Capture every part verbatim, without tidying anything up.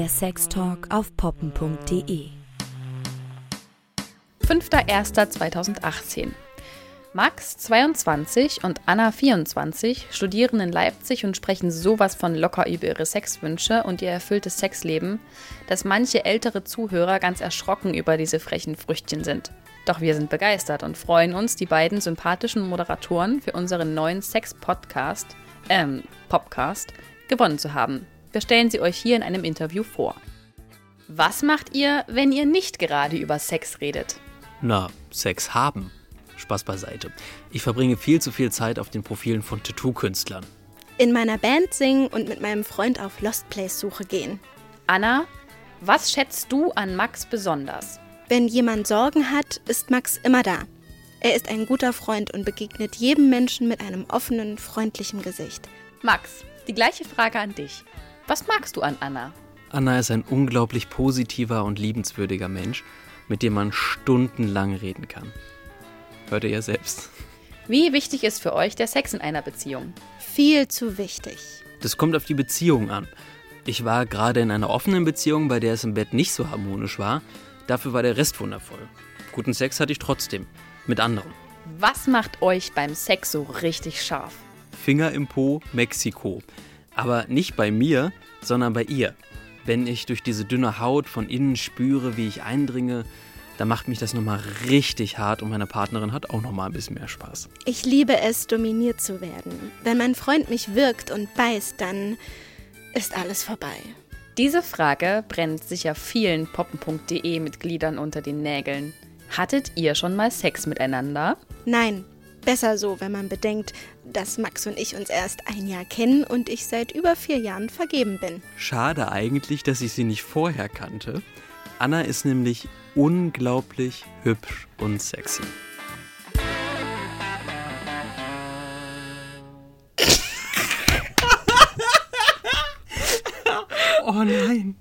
Sextalk auf poppen punkt de. fünfter erster zweitausendachtzehn. Max, zweiundzwanzig, und Anna, vierundzwanzig, studieren in Leipzig und sprechen sowas von locker über ihre Sexwünsche und ihr erfülltes Sexleben, dass manche ältere Zuhörer ganz erschrocken über diese frechen Früchtchen sind. Doch wir sind begeistert und freuen uns, die beiden sympathischen Moderatoren für unseren neuen Sex-Podcast, ähm, Popcast, gewonnen zu haben. Wir stellen sie euch hier in einem Interview vor. Was macht ihr, wenn ihr nicht gerade über Sex redet? Na, Sex haben. Spaß beiseite. Ich verbringe viel zu viel Zeit auf den Profilen von Tattoo-Künstlern. In meiner Band singen und mit meinem Freund auf Lost Place-Suche gehen. Anna, was schätzt du an Max besonders? Wenn jemand Sorgen hat, ist Max immer da. Er ist ein guter Freund und begegnet jedem Menschen mit einem offenen, freundlichen Gesicht. Max, die gleiche Frage an dich. Was magst du an Anna? Anna ist ein unglaublich positiver und liebenswürdiger Mensch, mit dem man stundenlang reden kann. Hört ihr ja selbst. Wie wichtig ist für euch der Sex in einer Beziehung? Viel zu wichtig. Das kommt auf die Beziehung an. Ich war gerade in einer offenen Beziehung, bei der es im Bett nicht so harmonisch war. Dafür war der Rest wundervoll. Guten Sex hatte ich trotzdem. Mit anderen. Was macht euch beim Sex so richtig scharf? Finger im Po, Mexiko. Aber nicht bei mir, sondern bei ihr. Wenn ich durch diese dünne Haut von innen spüre, wie ich eindringe, da macht mich das nochmal richtig hart und meine Partnerin hat auch nochmal ein bisschen mehr Spaß. Ich liebe es, dominiert zu werden. Wenn mein Freund mich wirkt und beißt, dann ist alles vorbei. Diese Frage brennt sicher vielen poppen punkt de Mitgliedern unter den Nägeln. Hattet ihr schon mal Sex miteinander? Nein, besser so, wenn man bedenkt, dass Max und ich uns erst ein Jahr kennen und ich seit über vier Jahren vergeben bin. Schade eigentlich, dass ich sie nicht vorher kannte. Anna ist nämlich unglaublich hübsch und sexy. Oh nein.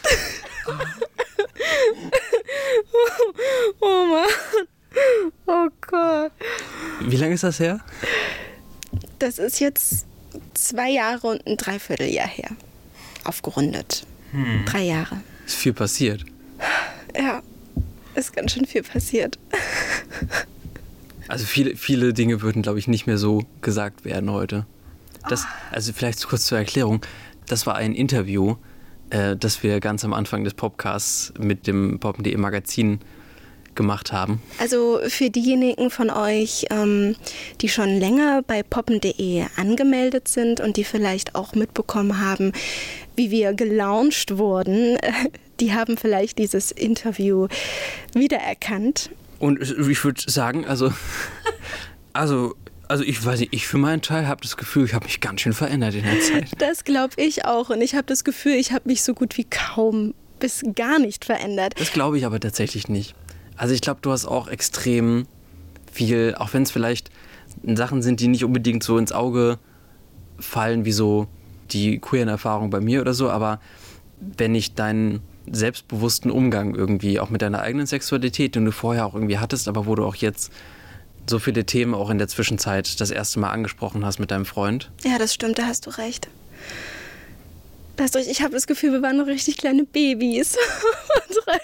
Oh Mann. Oh Gott. Wie lange ist das her? Das ist jetzt zwei Jahre und ein Dreivierteljahr her. Aufgerundet. Hm. Drei Jahre. Ist viel passiert. Ja, ist ganz schön viel passiert. Also viele, viele Dinge würden, glaube ich, nicht mehr so gesagt werden heute. Das, also vielleicht kurz zur Erklärung. Das war ein Interview, äh, das wir ganz am Anfang des Podcasts mit dem poppen punkt de Magazin gemacht haben. Also für diejenigen von euch, ähm, die schon länger bei poppen punkt de angemeldet sind und die vielleicht auch mitbekommen haben, wie wir gelauncht wurden, die haben vielleicht dieses Interview wiedererkannt. Und ich würde sagen, also, also, also ich weiß nicht, ich für meinen Teil habe das Gefühl, ich habe mich ganz schön verändert in der Zeit. Das glaube ich auch und ich habe das Gefühl, ich habe mich so gut wie kaum bis gar nicht verändert. Das glaube ich aber tatsächlich nicht. Also ich glaube, du hast auch extrem viel, auch wenn es vielleicht Sachen sind, die nicht unbedingt so ins Auge fallen, wie so die queeren Erfahrungen bei mir oder so, aber wenn ich deinen selbstbewussten Umgang irgendwie, auch mit deiner eigenen Sexualität, den du vorher auch irgendwie hattest, aber wo du auch jetzt so viele Themen auch in der Zwischenzeit das erste Mal angesprochen hast mit deinem Freund. Ja, das stimmt, da hast du recht. Da hast du recht. Ich habe das Gefühl, wir waren noch richtig kleine Babys. Drei.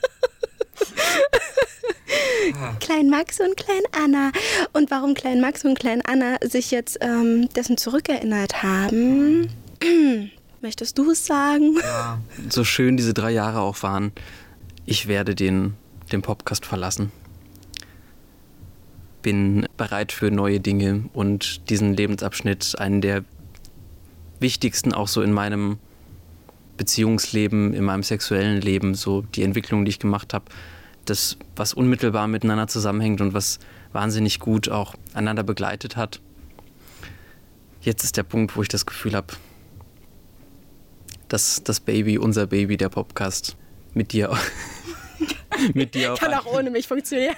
Klein Max und Klein Anna. Und warum Klein Max und Klein Anna sich jetzt ähm, dessen zurückerinnert haben, möchtest du es sagen? Ja. So schön diese drei Jahre auch waren, ich werde den, den Podcast verlassen. Bin bereit für neue Dinge und diesen Lebensabschnitt, einen der wichtigsten auch so in meinem Beziehungsleben, in meinem sexuellen Leben, so die Entwicklung, die ich gemacht habe, das, was unmittelbar miteinander zusammenhängt und was wahnsinnig gut auch einander begleitet hat. Jetzt ist der Punkt, wo ich das Gefühl habe, dass das Baby, unser Baby, der Podcast, mit dir, mit dir kann auch ohne mich funktionieren.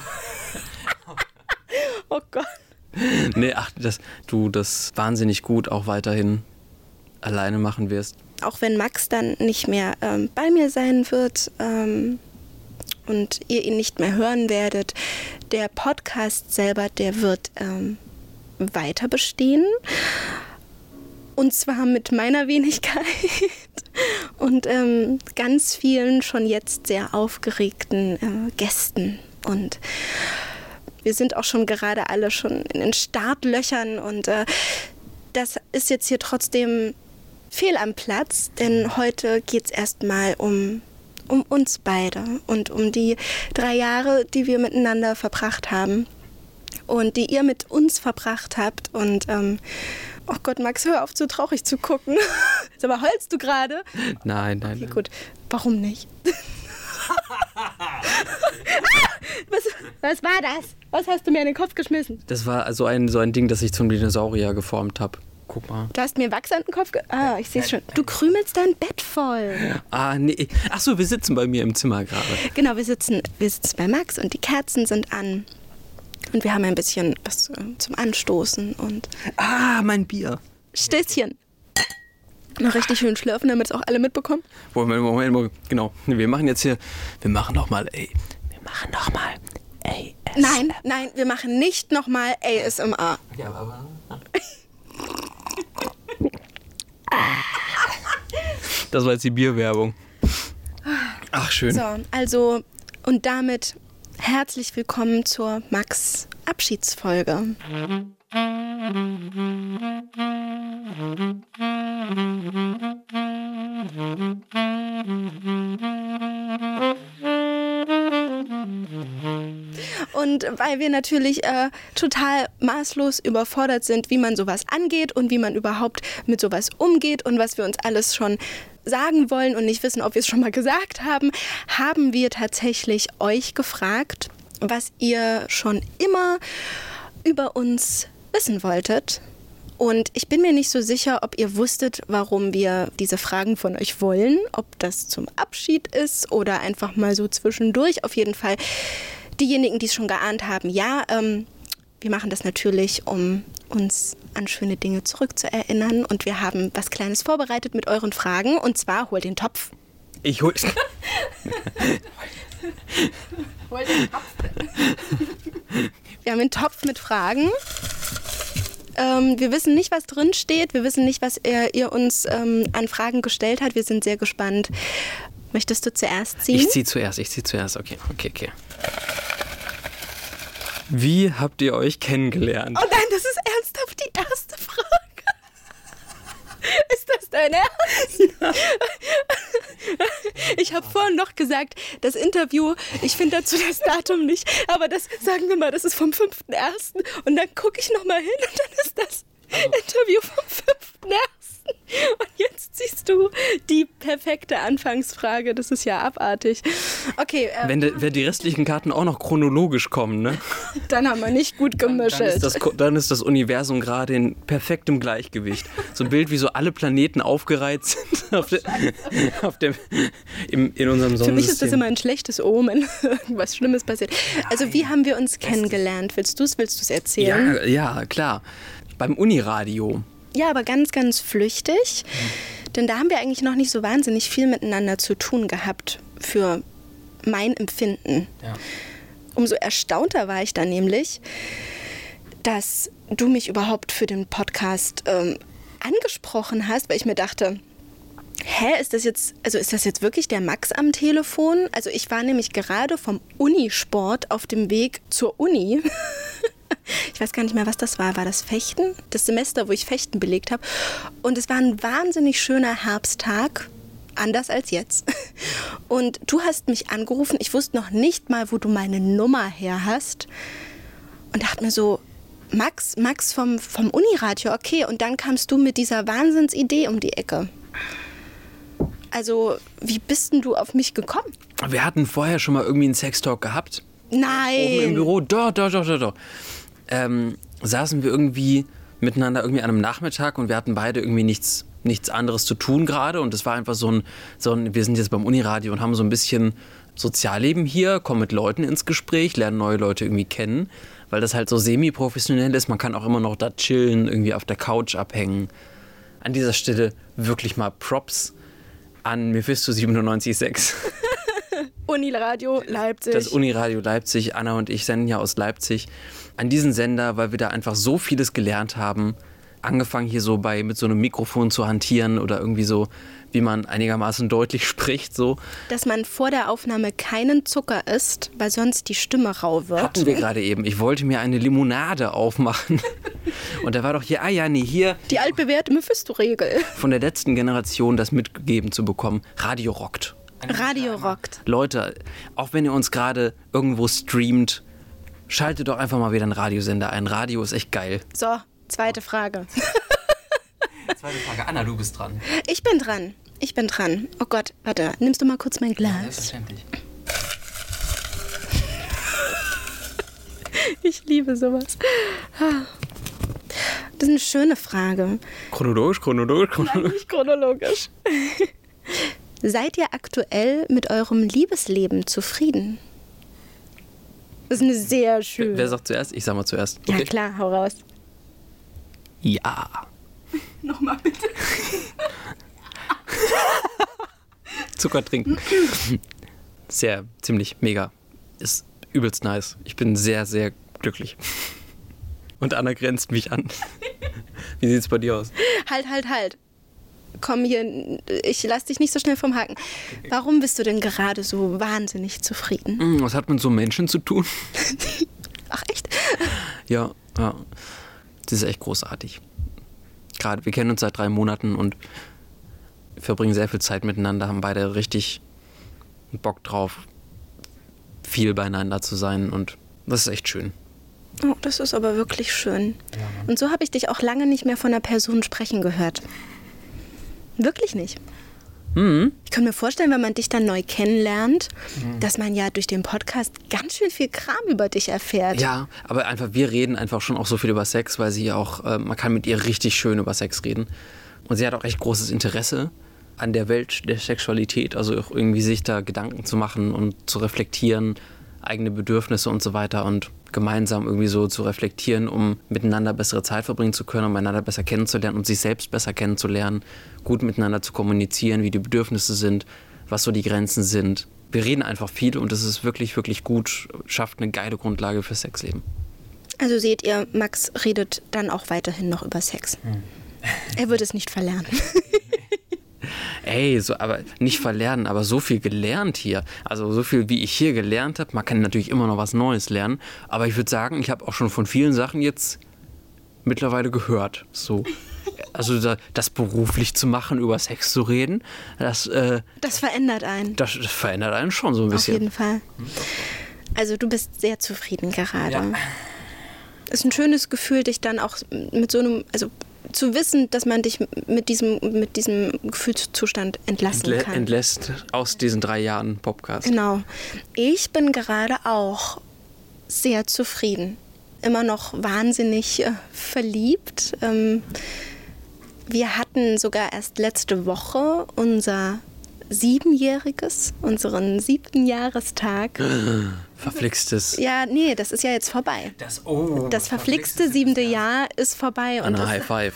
Oh Gott. Nee, ach, dass du das wahnsinnig gut auch weiterhin alleine machen wirst. Auch wenn Max dann nicht mehr ähm, bei mir sein wird ähm, und ihr ihn nicht mehr hören werdet, der Podcast selber, der wird ähm, weiter bestehen. Und zwar mit meiner Wenigkeit und ähm, ganz vielen schon jetzt sehr aufgeregten äh, Gästen. Und wir sind auch schon gerade alle schon in den Startlöchern und äh, das ist jetzt hier trotzdem fehl am Platz, denn heute geht es erstmal um, um uns beide und um die drei Jahre, die wir miteinander verbracht haben und die ihr mit uns verbracht habt. Und ähm, oh Gott, Max, hör auf, so traurig zu gucken. Sag mal, heulst du gerade? Nein, nein, Okay, nein. gut. Warum nicht? was, was war das? Was hast du mir in den Kopf geschmissen? Das war so ein, so ein Ding, das ich zum Dinosaurier geformt habe. Guck mal. Du hast mir Wachs an den Kopf ge... Ah, ich sehe es schon. Du krümelst dein Bett voll. Ah, nee. Ach so, wir sitzen bei mir im Zimmer gerade. Genau, wir sitzen, wir sitzen bei Max und die Kerzen sind an. Und wir haben ein bisschen was äh, zum Anstoßen und... Ah, mein Bier. Stößchen. Noch richtig schön schlürfen, damit es auch alle mitbekommen. Moment, Moment, Moment. Genau. Wir machen jetzt hier... Wir machen nochmal, ey. Wir machen nochmal A S M R. Nein, nein, wir machen nicht nochmal A S M R. Ja, aber... Das war jetzt die Bierwerbung. Ach, schön. So, also und damit herzlich willkommen zur Max Abschiedsfolge. Und weil wir natürlich äh, total maßlos überfordert sind, wie man sowas angeht und wie man überhaupt mit sowas umgeht und was wir uns alles schon sagen wollen und nicht wissen, ob wir es schon mal gesagt haben, haben wir tatsächlich euch gefragt, was ihr schon immer über uns wissen wolltet. Und ich bin mir nicht so sicher, ob ihr wusstet, warum wir diese Fragen von euch wollen, ob das zum Abschied ist oder einfach mal so zwischendurch. Auf jeden Fall diejenigen, die es schon geahnt haben, ja, ähm, wir machen das natürlich, um uns an schöne Dinge zurückzuerinnern. Und wir haben was Kleines vorbereitet mit euren Fragen. Und zwar, hol den Topf. Ich hol... Hol den Topf. Wir haben einen Topf mit Fragen. Ähm, wir wissen nicht, was drin steht. Wir wissen nicht, was ihr, ihr uns ähm, an Fragen gestellt habt. Wir sind sehr gespannt. Möchtest du zuerst ziehen? Ich ziehe zuerst, ich ziehe zuerst. Okay, okay, okay. Wie habt ihr euch kennengelernt? Oh nein, das ist ernsthaft die erste Frage. Ist das dein Ernst? Ja. Ich habe vorhin noch gesagt, das Interview, ich finde dazu das Datum nicht, aber das, sagen wir mal, das ist vom fünften ersten Und dann gucke ich nochmal hin und dann ist das Interview vom fünften ersten Und jetzt siehst du die perfekte Anfangsfrage. Das ist ja abartig. Okay. Ähm, wenn, de, wenn die restlichen Karten auch noch chronologisch kommen, ne? Dann haben wir nicht gut gemischt. Dann ist das, dann ist das Universum gerade in perfektem Gleichgewicht. So ein Bild, wie so alle Planeten aufgereiht sind auf der, auf dem, im, in unserem Sonnensystem. Für mich ist das immer ein schlechtes Omen. Was Schlimmes passiert. Also wie haben wir uns kennengelernt? Willst du es willst du's erzählen? Ja, ja, klar. Beim Uniradio. Ja, aber ganz, ganz flüchtig. Mhm. Denn da haben wir eigentlich noch nicht so wahnsinnig viel miteinander zu tun gehabt für mein Empfinden. Ja. Umso erstaunter war ich dann nämlich, dass du mich überhaupt für den Podcast ähm, angesprochen hast, weil ich mir dachte, hä, ist das jetzt, also ist das jetzt wirklich der Max am Telefon? Also ich war nämlich gerade vom Unisport auf dem Weg zur Uni. Ich weiß gar nicht mehr, was das war. War das Fechten? Das Semester, wo ich Fechten belegt habe. Und es war ein wahnsinnig schöner Herbsttag. Anders als jetzt. Und du hast mich angerufen. Ich wusste noch nicht mal, wo du meine Nummer her hast. Und dachte mir so, Max, Max vom, vom Uniradio, okay. Und dann kamst du mit dieser Wahnsinnsidee um die Ecke. Also, wie bist denn du auf mich gekommen? Wir hatten vorher schon mal irgendwie einen Sextalk gehabt. Nein. Oben im Büro. Doch, doch, doch, doch, doch. Ähm, saßen wir irgendwie miteinander irgendwie an einem Nachmittag und wir hatten beide irgendwie nichts, nichts anderes zu tun gerade und es war einfach so ein, so ein, wir sind jetzt beim Uniradio und haben so ein bisschen Sozialleben hier, kommen mit Leuten ins Gespräch, lernen neue Leute irgendwie kennen, weil das halt so semi-professionell ist, man kann auch immer noch da chillen, irgendwie auf der Couch abhängen. An dieser Stelle wirklich mal Props an Mephisto siebenundneunzig Komma sechs. Uniradio Leipzig. Das Uniradio Leipzig, Anna und ich senden ja aus Leipzig. An diesen Sender, weil wir da einfach so vieles gelernt haben. Angefangen hier so bei mit so einem Mikrofon zu hantieren oder irgendwie so wie man einigermaßen deutlich spricht. So. Dass man vor der Aufnahme keinen Zucker isst, weil sonst die Stimme rau wird. Hatten wir gerade eben. Ich wollte mir eine Limonade aufmachen. Und da war doch hier, ah ja, nee, hier. Die altbewährte Mephisto-Regel. Von der letzten Generation das mitgegeben zu bekommen. Radio rockt. Radio rockt. Leute, auch wenn ihr uns gerade irgendwo streamt, schaltet doch einfach mal wieder einen Radiosender ein. Radio ist echt geil. So, zweite Frage. Zweite Frage. Anna, du bist dran. Ich bin dran. Ich bin dran. Oh Gott, warte. Nimmst du mal kurz mein Glas? Ja, selbstverständlich. Ich liebe sowas. Das ist eine schöne Frage. Chronologisch, chronologisch, chronologisch. Nein, nicht chronologisch. Seid ihr aktuell mit eurem Liebesleben zufrieden? Das ist eine sehr schöne... Wer sagt zuerst? Ich sag mal zuerst. Okay. Ja klar, hau raus. Ja. Nochmal bitte. Zucker trinken. Sehr, ziemlich, mega. Ist übelst nice. Ich bin sehr, sehr glücklich. Und Anna grenzt mich an. Wie sieht's bei dir aus? Halt, halt, halt. Komm hier, ich lass dich nicht so schnell vom Haken. Warum bist du denn gerade so wahnsinnig zufrieden? Was hat mit so Menschen zu tun? Ach echt? Ja, ja. Das ist echt großartig. Gerade, wir kennen uns seit drei Monaten und verbringen sehr viel Zeit miteinander, haben beide richtig Bock drauf, viel beieinander zu sein und das ist echt schön. Oh, das ist aber wirklich schön. Ja, und so habe ich dich auch lange nicht mehr von einer Person sprechen gehört. Wirklich nicht. Mhm. Ich kann mir vorstellen, wenn man dich dann neu kennenlernt, mhm. dass man ja durch den Podcast ganz schön viel Kram über dich erfährt. Ja, aber einfach, wir reden einfach schon auch so viel über Sex, weil sie ja auch, äh, man kann mit ihr richtig schön über Sex reden. Und sie hat auch echt großes Interesse an der Welt der Sexualität, also auch irgendwie sich da Gedanken zu machen und zu reflektieren, eigene Bedürfnisse und so weiter und gemeinsam irgendwie so zu reflektieren, um miteinander bessere Zeit verbringen zu können, um einander besser kennenzulernen und sich selbst besser kennenzulernen, gut miteinander zu kommunizieren, wie die Bedürfnisse sind, was so die Grenzen sind. Wir reden einfach viel und das ist wirklich, wirklich gut, schafft eine geile Grundlage für Sexleben. Also seht ihr, Max redet dann auch weiterhin noch über Sex. Hm. Er wird es nicht verlernen. Ey, so, aber nicht verlernen, aber so viel gelernt hier. Also so viel, wie ich hier gelernt habe. Man kann natürlich immer noch was Neues lernen. Aber ich würde sagen, ich habe auch schon von vielen Sachen jetzt mittlerweile gehört. So. Also da, das beruflich zu machen, über Sex zu reden, das... Äh, das verändert einen. Das, das verändert einen schon so ein bisschen. Auf jeden Fall. Also du bist sehr zufrieden gerade. Ja. Ist ein schönes Gefühl, dich dann auch mit so einem... also zu wissen, dass man dich mit diesem, mit diesem Gefühlszustand entlassen Entlä- kann. Entlässt aus diesen drei Jahren Podcast. Genau. Ich bin gerade auch sehr zufrieden. Immer noch wahnsinnig äh, verliebt. Ähm, wir hatten sogar erst letzte Woche unser siebenjähriges, unseren siebten Jahrestag. Verflixtes. Ja, nee, das ist ja jetzt vorbei. Das, oh, das verflixte siebte Jahr ist vorbei. Und High Five.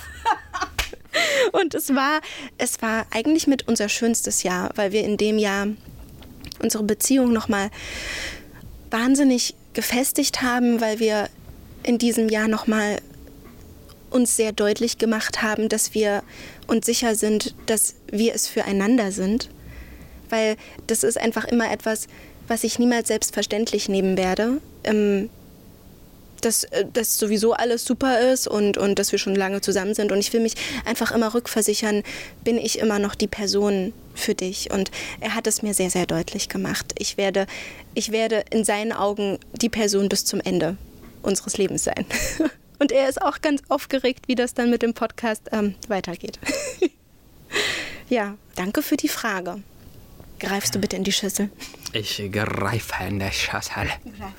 Und es war, es war eigentlich mit unser schönstes Jahr, weil wir in dem Jahr unsere Beziehung nochmal wahnsinnig gefestigt haben, weil wir in diesem Jahr nochmal uns sehr deutlich gemacht haben, dass wir uns sicher sind, dass wir es füreinander sind. Weil das ist einfach immer etwas, was ich niemals selbstverständlich nehmen werde. Ähm, dass, dass sowieso alles super ist und, und dass wir schon lange zusammen sind. Und ich will mich einfach immer rückversichern, bin ich immer noch die Person für dich. Und er hat es mir sehr, sehr deutlich gemacht. Ich werde, ich werde in seinen Augen die Person bis zum Ende unseres Lebens sein. Und er ist auch ganz aufgeregt, wie das dann mit dem Podcast ähm, weitergeht. Ja, danke für die Frage. Greifst du bitte in die Schüssel? Ich greife in der Schüssel.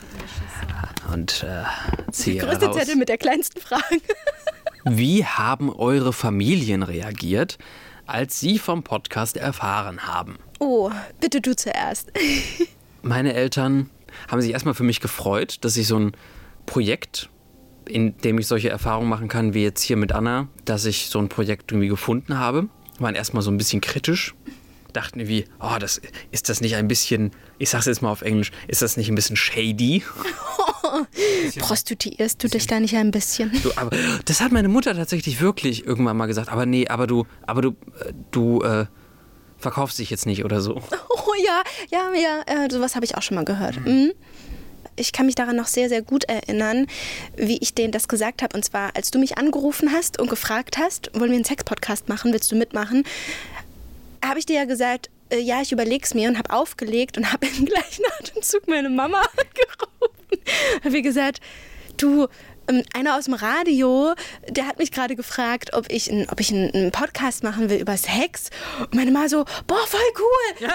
Und äh, ziehe raus. Der größte Zettel mit der kleinsten Frage. Wie haben eure Familien reagiert, als sie vom Podcast erfahren haben? Oh, bitte du zuerst. Meine Eltern haben sich erstmal für mich gefreut, dass ich so ein Projekt, in dem ich solche Erfahrungen machen kann, wie jetzt hier mit Anna, dass ich so ein Projekt irgendwie gefunden habe. Waren erstmal so ein bisschen kritisch. Dachten irgendwie, oh, das, ist das nicht ein bisschen, ich sag's jetzt mal auf Englisch, ist das nicht ein bisschen shady? Oh, prostituierst du dich da nicht ein bisschen? Du, aber das hat meine Mutter tatsächlich wirklich irgendwann mal gesagt. Aber nee, aber du, aber du, du, äh, verkaufst dich jetzt nicht oder so. Oh ja, ja, ja, äh, sowas habe ich auch schon mal gehört. Mhm. Ich kann mich daran noch sehr, sehr gut erinnern, wie ich denen das gesagt habe. Und zwar, als du mich angerufen hast und gefragt hast, wollen wir einen Sex-Podcast machen, willst du mitmachen? Habe ich dir ja gesagt, äh, ja, ich überleg's mir und habe aufgelegt und habe im gleichen Atemzug meine Mama angerufen. Habe ihr gesagt, du, ähm, einer aus dem Radio, der hat mich gerade gefragt, ob ich, ein, ob ich einen, einen Podcast machen will über Sex. Und meine Mama so, boah, voll cool.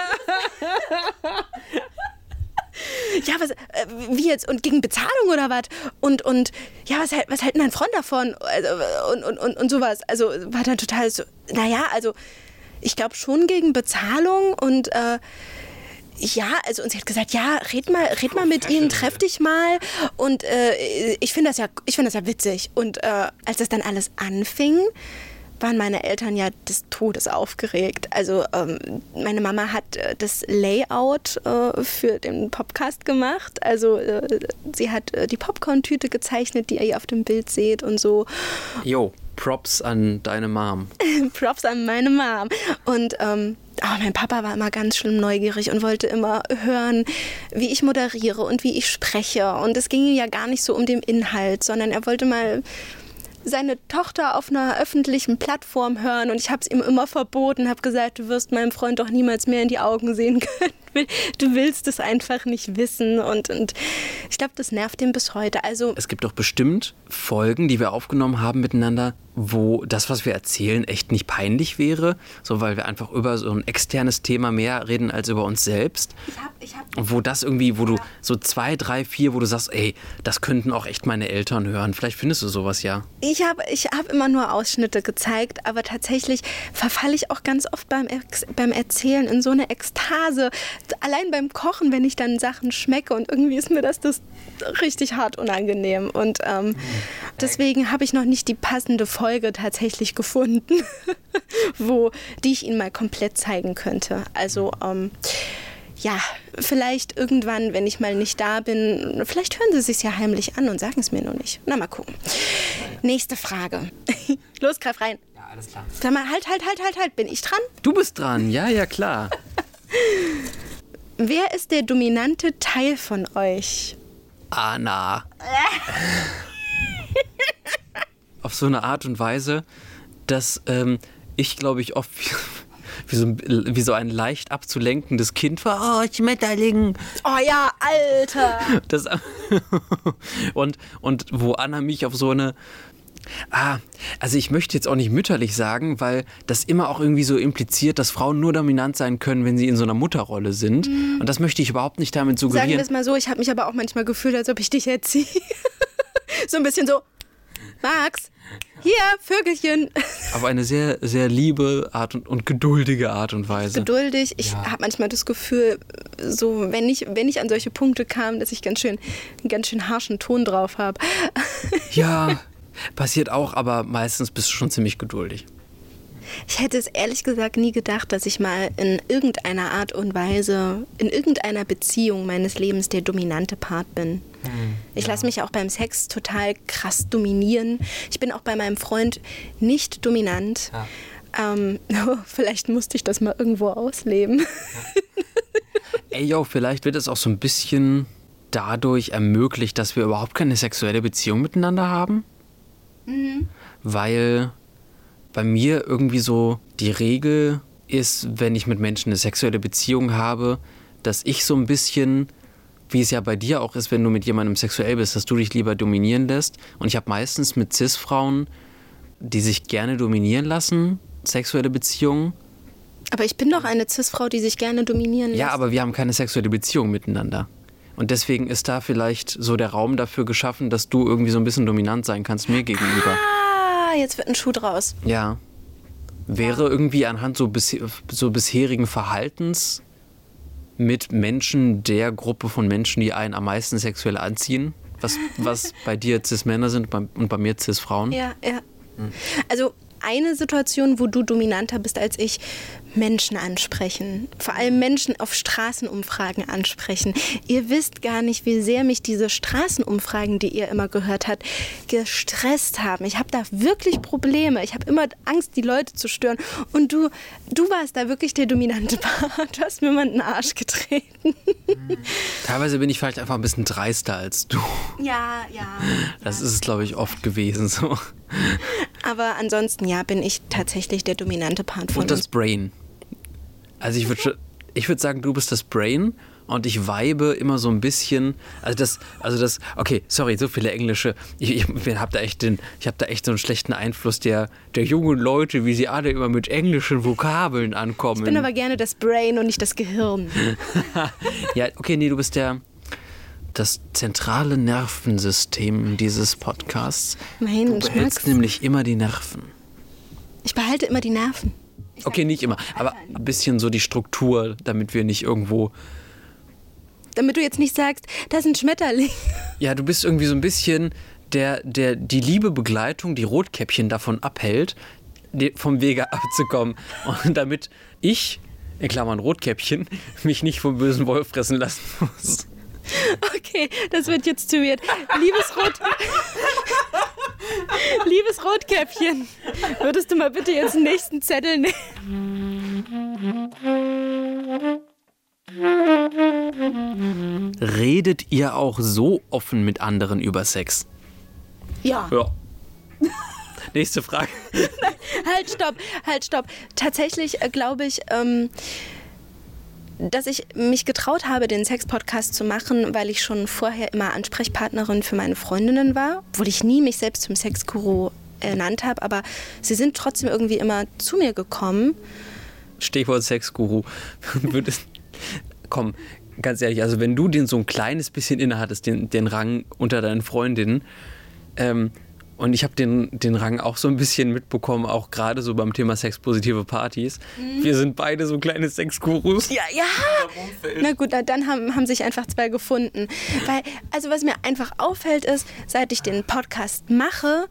Ja, was, äh, wie jetzt? Und gegen Bezahlung oder was? Und, und ja, was, was hält denn dein Freund davon? Also, und, und, und, und sowas. Also war dann total so, naja, also ich glaube schon gegen Bezahlung und äh, ja, also und sie hat gesagt, ja, red mal, red mal mit ihnen, treff dich mal und äh, ich finde das ja, ich finde das ja witzig. Und äh, als das dann alles anfing, waren meine Eltern ja des Todes aufgeregt. Also ähm, meine Mama hat äh, das Layout äh, für den Podcast gemacht. Also äh, sie hat äh, die Popcorn-Tüte gezeichnet, die ihr auf dem Bild seht und so. Jo, Props an deine Mom. Props an meine Mom. Und ähm, oh, mein Papa war immer ganz schlimm neugierig und wollte immer hören, wie ich moderiere und wie ich spreche. Und es ging ihm ja gar nicht so um den Inhalt, sondern er wollte mal seine Tochter auf einer öffentlichen Plattform hören und ich habe es ihm immer verboten, habe gesagt, du wirst meinem Freund doch niemals mehr in die Augen sehen können. Du willst es einfach nicht wissen und, und ich glaube, das nervt ihn bis heute. Also es gibt doch bestimmt Folgen, die wir aufgenommen haben miteinander, wo das, was wir erzählen, echt nicht peinlich wäre, so weil wir einfach über so ein externes Thema mehr reden als über uns selbst. Ich hab, ich hab, und wo das irgendwie, wo ja. du so zwei, drei, vier, wo du sagst, ey, das könnten auch echt meine Eltern hören. Vielleicht findest du sowas ja. Ich habe ich hab immer nur Ausschnitte gezeigt, aber tatsächlich verfalle ich auch ganz oft beim, Ex- beim Erzählen in so eine Ekstase. Allein beim Kochen, wenn ich dann Sachen schmecke und irgendwie ist mir das, das richtig hart unangenehm. Und ähm, deswegen habe ich noch nicht die passende Folge tatsächlich gefunden, wo die ich Ihnen mal komplett zeigen könnte. Also ähm, ja, vielleicht irgendwann, wenn ich mal nicht da bin, vielleicht hören Sie es sich ja heimlich an und sagen es mir noch nicht. Na, mal gucken. Nächste Frage. Los, greif rein. Ja, alles klar. Sag mal, halt, halt, halt, halt, halt. Bin ich dran? Du bist dran, ja, ja, klar. Wer ist der dominante Teil von euch? Anna. Auf so eine Art und Weise, dass ähm, ich, glaube ich, oft wie, wie, so, wie so ein leicht abzulenkendes Kind war. Oh, Schmetterling. Oh ja, Alter. Das, und, und wo Anna mich auf so eine... Ah, also ich möchte jetzt auch nicht mütterlich sagen, weil das immer auch irgendwie so impliziert, dass Frauen nur dominant sein können, wenn sie in so einer Mutterrolle sind. Mhm. Und das möchte ich überhaupt nicht damit suggerieren. Sagen wir es mal so, ich habe mich aber auch manchmal gefühlt, als ob ich dich erziehe. So ein bisschen so, Max, hier, Vögelchen. Auf eine sehr, sehr liebe Art und, und geduldige Art und Weise. Geduldig. Ich ja. habe manchmal das Gefühl, so wenn ich, wenn ich an solche Punkte kam, dass ich ganz schön, einen ganz schön harschen Ton drauf habe. Ja, passiert auch, aber meistens bist du schon ziemlich geduldig. Ich hätte es ehrlich gesagt nie gedacht, dass ich mal in irgendeiner Art und Weise, in irgendeiner Beziehung meines Lebens der dominante Part bin. Hm, ich ja. lasse mich auch beim Sex total krass dominieren. Ich bin auch bei meinem Freund nicht dominant. Ja. Ähm, vielleicht musste ich das mal irgendwo ausleben. Ja. Ey, yo, vielleicht wird es auch so ein bisschen dadurch ermöglicht, dass wir überhaupt keine sexuelle Beziehung miteinander haben. Mhm. Weil bei mir irgendwie so die Regel ist, wenn ich mit Menschen eine sexuelle Beziehung habe, dass ich so ein bisschen, wie es ja bei dir auch ist, wenn du mit jemandem sexuell bist, dass du dich lieber dominieren lässt. Und ich habe meistens mit Cis-Frauen, die sich gerne dominieren lassen, sexuelle Beziehungen. Aber ich bin doch eine Cis-Frau, die sich gerne dominieren lässt. Ja, aber wir haben keine sexuelle Beziehung miteinander. Und deswegen ist da vielleicht so der Raum dafür geschaffen, dass du irgendwie so ein bisschen dominant sein kannst mir gegenüber. Ah, jetzt wird ein Schuh draus. Ja. Wäre ja. irgendwie anhand so, bis, so bisherigen Verhaltens mit Menschen der Gruppe von Menschen, die einen am meisten sexuell anziehen, was, was bei dir Cis-Männer sind und bei mir Cis-Frauen. Ja, ja. Hm. Also eine Situation, wo du dominanter bist als ich, Menschen ansprechen. Vor allem Menschen auf Straßenumfragen ansprechen. Ihr wisst gar nicht, wie sehr mich diese Straßenumfragen, die ihr immer gehört habt, gestresst haben. Ich habe da wirklich Probleme. Ich habe immer Angst, die Leute zu stören. Und du, du warst da wirklich der dominante Part. Du hast mir mal in den Arsch getreten. Teilweise bin ich vielleicht einfach ein bisschen dreister als du. Ja, ja. Das ist es, glaube ich, oft gewesen so. Aber ansonsten, ja, bin ich tatsächlich der dominante Part von Und das uns. Brain. Also ich würde ich würd sagen, du bist das Brain und ich vibe immer so ein bisschen, also das, also das, okay, sorry, so viele englische, ich, ich habe da echt den, ich habe da echt so einen schlechten Einfluss der, der jungen Leute, wie sie alle immer mit englischen Vokabeln ankommen. Ich bin aber gerne das Brain und nicht das Gehirn. Ja, okay, nee, du bist der, das zentrale Nervensystem dieses Podcasts. Nein, Du ich behältst mag's. nämlich immer die Nerven. Ich behalte immer die Nerven. Okay, nicht immer, aber ein bisschen so die Struktur, damit wir nicht irgendwo... Damit du jetzt nicht sagst, das ist ein Schmetterling. Ja, du bist irgendwie so ein bisschen der, der die liebe Begleitung, die Rotkäppchen davon abhält, die- vom Wege abzukommen. Und damit ich, in Klammern Rotkäppchen, mich nicht vom bösen Wolf fressen lassen muss. Okay, das wird jetzt zu weird. Liebes Rot... Liebes Rotkäppchen, würdest du mal bitte jetzt den nächsten Zettel nehmen? Redet ihr auch so offen mit anderen über Sex? Ja. Ja. Nächste Frage. Halt, stopp, halt, stopp. Tatsächlich äh, glaube ich, ähm, dass ich mich getraut habe, den Sex-Podcast zu machen, weil ich schon vorher immer Ansprechpartnerin für meine Freundinnen war, obwohl ich nie mich selbst zum Sexguru ernannt habe, aber sie sind trotzdem irgendwie immer zu mir gekommen. Stichwort Sexguru. Würdest- Komm, ganz ehrlich, also wenn du den so ein kleines bisschen innehattest, den, den Rang unter deinen Freundinnen, ähm, und ich habe den, den Rang auch so ein bisschen mitbekommen, auch gerade so beim Thema sexpositive Partys. Mhm. Wir sind beide so kleine Sexgurus. Ja, ja. Na gut, na, dann haben, haben sich einfach zwei gefunden. Weil, also was mir einfach auffällt ist, seit ich den Podcast mache,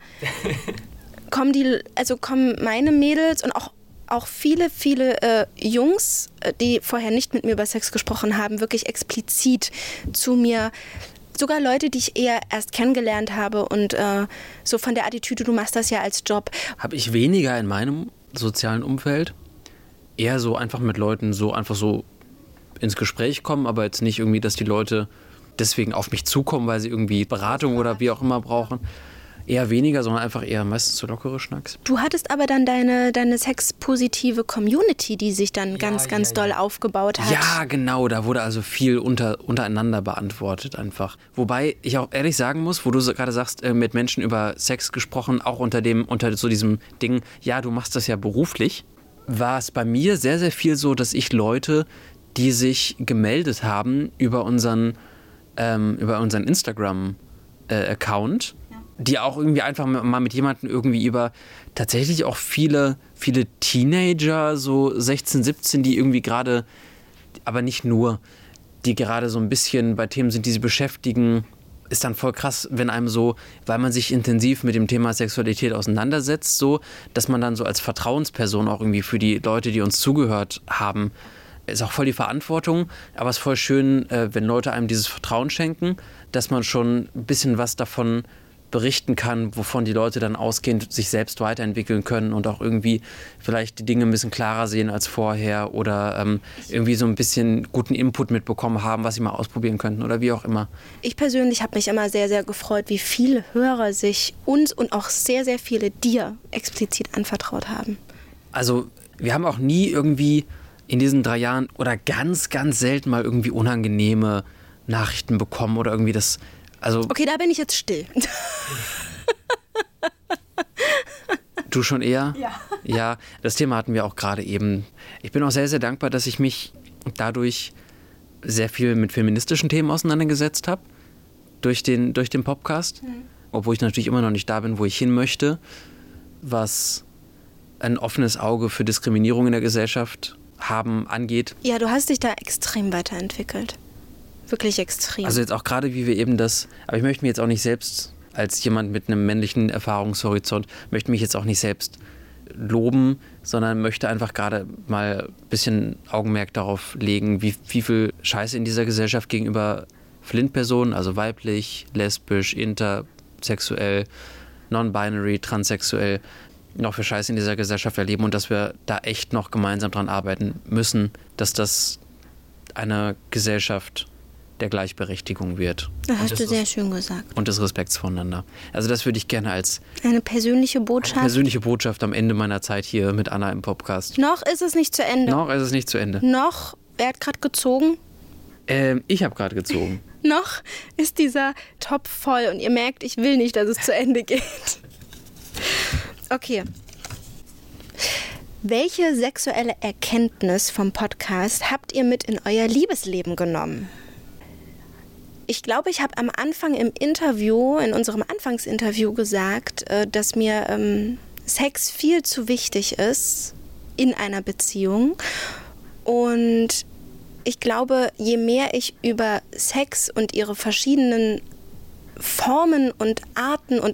kommen die, also kommen meine Mädels und auch auch viele, viele äh, Jungs, äh, die vorher nicht mit mir über Sex gesprochen haben, wirklich explizit zu mir, sogar Leute, die ich eher erst kennengelernt habe und äh, so von der Attitüde, du machst das ja als Job. Habe ich weniger in meinem sozialen Umfeld. Eher so einfach mit Leuten so einfach so ins Gespräch kommen, aber jetzt nicht irgendwie, dass die Leute deswegen auf mich zukommen, weil sie irgendwie Beratung oder wie auch immer brauchen. Eher weniger, sondern einfach eher meistens so lockere Schnacks. Du hattest aber dann deine, deine sexpositive Community, die sich dann ganz, ja, ganz ja. doll aufgebaut hat. Ja, genau, da wurde also viel unter, untereinander beantwortet einfach. Wobei ich auch ehrlich sagen muss, wo du so gerade sagst, äh, mit Menschen über Sex gesprochen, auch unter dem, unter so diesem Ding, ja, du machst das ja beruflich, war es bei mir sehr, sehr viel so, dass ich Leute, die sich gemeldet haben über unseren, ähm, über unseren Instagram-Account, die auch irgendwie einfach mal mit jemandem irgendwie über tatsächlich auch viele, viele Teenager, so sechzehn, siebzehn, die irgendwie gerade, aber nicht nur, die gerade so ein bisschen bei Themen sind, die sie beschäftigen, ist dann voll krass, wenn einem so, weil man sich intensiv mit dem Thema Sexualität auseinandersetzt, so, dass man dann so als Vertrauensperson auch irgendwie für die Leute, die uns zugehört haben, ist auch voll die Verantwortung, aber es ist voll schön, wenn Leute einem dieses Vertrauen schenken, dass man schon ein bisschen was davon berichten kann, wovon die Leute dann ausgehend sich selbst weiterentwickeln können und auch irgendwie vielleicht die Dinge ein bisschen klarer sehen als vorher oder ähm, irgendwie so ein bisschen guten Input mitbekommen haben, was sie mal ausprobieren könnten oder wie auch immer. Ich persönlich habe mich immer sehr, sehr gefreut, wie viele Hörer sich uns und auch sehr, sehr viele dir explizit anvertraut haben. Also wir haben auch nie irgendwie in diesen drei Jahren oder ganz, ganz selten mal irgendwie unangenehme Nachrichten bekommen oder irgendwie das. Also, okay, da bin ich jetzt still. Du schon eher? Ja. Ja, das Thema hatten wir auch gerade eben. Ich bin auch sehr, sehr dankbar, dass ich mich dadurch sehr viel mit feministischen Themen auseinandergesetzt habe. Durch den, durch den Podcast. Mhm. Obwohl ich natürlich immer noch nicht da bin, wo ich hin möchte. Was ein offenes Auge für Diskriminierung in der Gesellschaft haben angeht. Ja, du hast dich da extrem weiterentwickelt. Wirklich extrem. Also jetzt auch gerade, wie wir eben das, aber ich möchte mich jetzt auch nicht selbst, als jemand mit einem männlichen Erfahrungshorizont, möchte mich jetzt auch nicht selbst loben, sondern möchte einfach gerade mal ein bisschen Augenmerk darauf legen, wie, wie viel Scheiße in dieser Gesellschaft gegenüber Flint-Personen, also weiblich, lesbisch, intersexuell, non-binary, transsexuell, noch für Scheiße in dieser Gesellschaft erleben und dass wir da echt noch gemeinsam dran arbeiten müssen, dass das eine Gesellschaft der Gleichberechtigung wird. Das hast du sehr schön gesagt. Und des Respekts voneinander. Also das würde ich gerne als eine persönliche Botschaft. Eine persönliche Botschaft am Ende meiner Zeit hier mit Anna im Podcast. Noch ist es nicht zu Ende. Noch ist es nicht zu Ende. Noch, wer hat gerade gezogen? Ähm, ich habe gerade gezogen. Noch ist dieser Topf voll und ihr merkt, ich will nicht, dass es zu Ende geht. Okay. Welche sexuelle Erkenntnis vom Podcast habt ihr mit in euer Liebesleben genommen? Ich glaube, ich habe am Anfang im Interview, in unserem Anfangsinterview gesagt, dass mir ähm, Sex viel zu wichtig ist in einer Beziehung. Und ich glaube, je mehr ich über Sex und ihre verschiedenen Formen und Arten und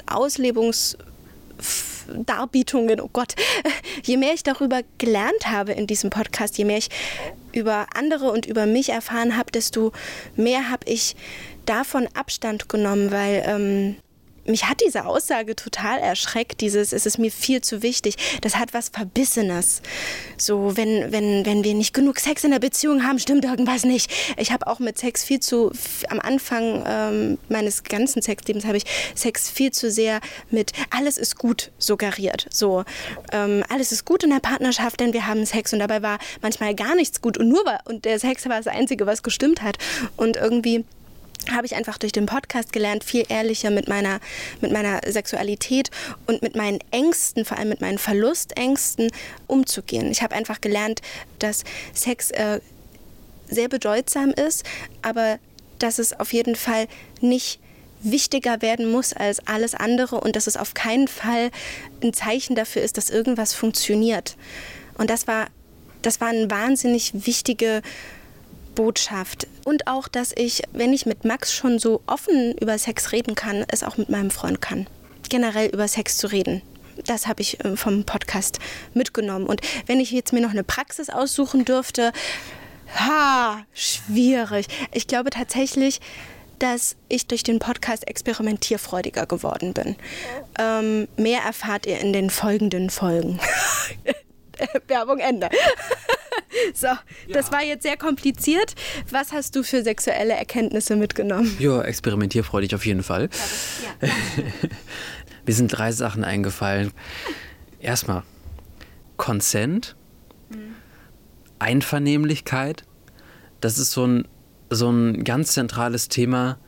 Auslebungsdarbietungen, oh Gott, je mehr ich darüber gelernt habe in diesem Podcast, je mehr ich über andere und über mich erfahren habe, desto mehr habe ich davon Abstand genommen, weil ähm, mich hat diese Aussage total erschreckt, dieses, es ist mir viel zu wichtig. Das hat was Verbissenes. So, wenn, wenn, wenn wir nicht genug Sex in der Beziehung haben, stimmt irgendwas nicht. Ich habe auch mit Sex viel zu, am Anfang ähm, meines ganzen Sexlebens habe ich Sex viel zu sehr mit alles ist gut suggeriert. So, ähm, alles ist gut in der Partnerschaft, denn wir haben Sex und dabei war manchmal gar nichts gut und nur war, und der Sex war das Einzige, was gestimmt hat. Und irgendwie habe ich einfach durch den Podcast gelernt, viel ehrlicher mit meiner, mit meiner Sexualität und mit meinen Ängsten, vor allem mit meinen Verlustängsten umzugehen. Ich habe einfach gelernt, dass Sex äh, sehr bedeutsam ist, aber dass es auf jeden Fall nicht wichtiger werden muss als alles andere und dass es auf keinen Fall ein Zeichen dafür ist, dass irgendwas funktioniert. Und das war, das war eine wahnsinnig wichtige Botschaft. Und auch, dass ich, wenn ich mit Max schon so offen über Sex reden kann, es auch mit meinem Freund kann. Generell über Sex zu reden. Das habe ich vom Podcast mitgenommen. Und wenn ich jetzt mir noch eine Praxis aussuchen dürfte, ha, schwierig. Ich glaube tatsächlich, dass ich durch den Podcast experimentierfreudiger geworden bin. Ähm, mehr erfahrt ihr in den folgenden Folgen. Werbung Ende. So, ja. Das war jetzt sehr kompliziert. Was hast du für sexuelle Erkenntnisse mitgenommen? Ja, experimentierfreudig auf jeden Fall. Ja, mir sind drei Sachen eingefallen. Erstmal Consent, mhm. Einvernehmlichkeit. Das ist so ein, so ein ganz zentrales Thema,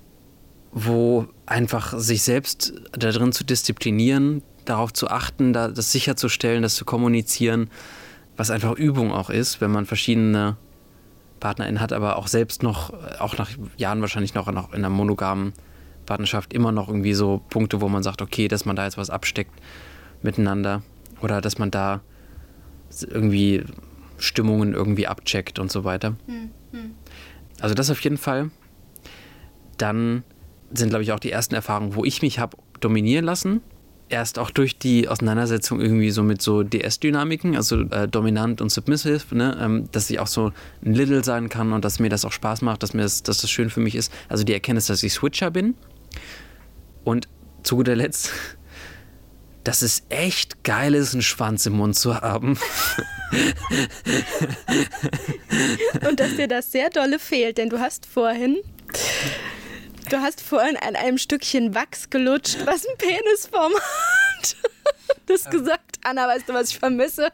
wo einfach sich selbst da drin zu disziplinieren, darauf zu achten, da, das sicherzustellen, das zu kommunizieren, was einfach Übung auch ist, wenn man verschiedene PartnerInnen hat, aber auch selbst noch, auch nach Jahren wahrscheinlich noch, noch in einer monogamen Partnerschaft immer noch irgendwie so Punkte, wo man sagt, okay, dass man da jetzt was absteckt miteinander oder dass man da irgendwie Stimmungen irgendwie abcheckt und so weiter. Hm, hm. Also das auf jeden Fall. Dann sind, glaube ich, auch die ersten Erfahrungen, wo ich mich habe dominieren lassen. Erst auch durch die Auseinandersetzung irgendwie so mit so D S-Dynamiken, also äh, dominant und submissive, ne? ähm, dass ich auch so ein Little sein kann und dass mir das auch Spaß macht, dass mir das, dass das schön für mich ist. Also die Erkenntnis, dass ich Switcher bin. Und zu guter Letzt, dass es echt geil ist, einen Schwanz im Mund zu haben. Und dass dir das sehr dolle fehlt, denn du hast vorhin... Du hast vorhin an einem Stückchen Wachs gelutscht, was ein Penisform hat. Du hast gesagt, Anna, weißt du, was ich vermisse?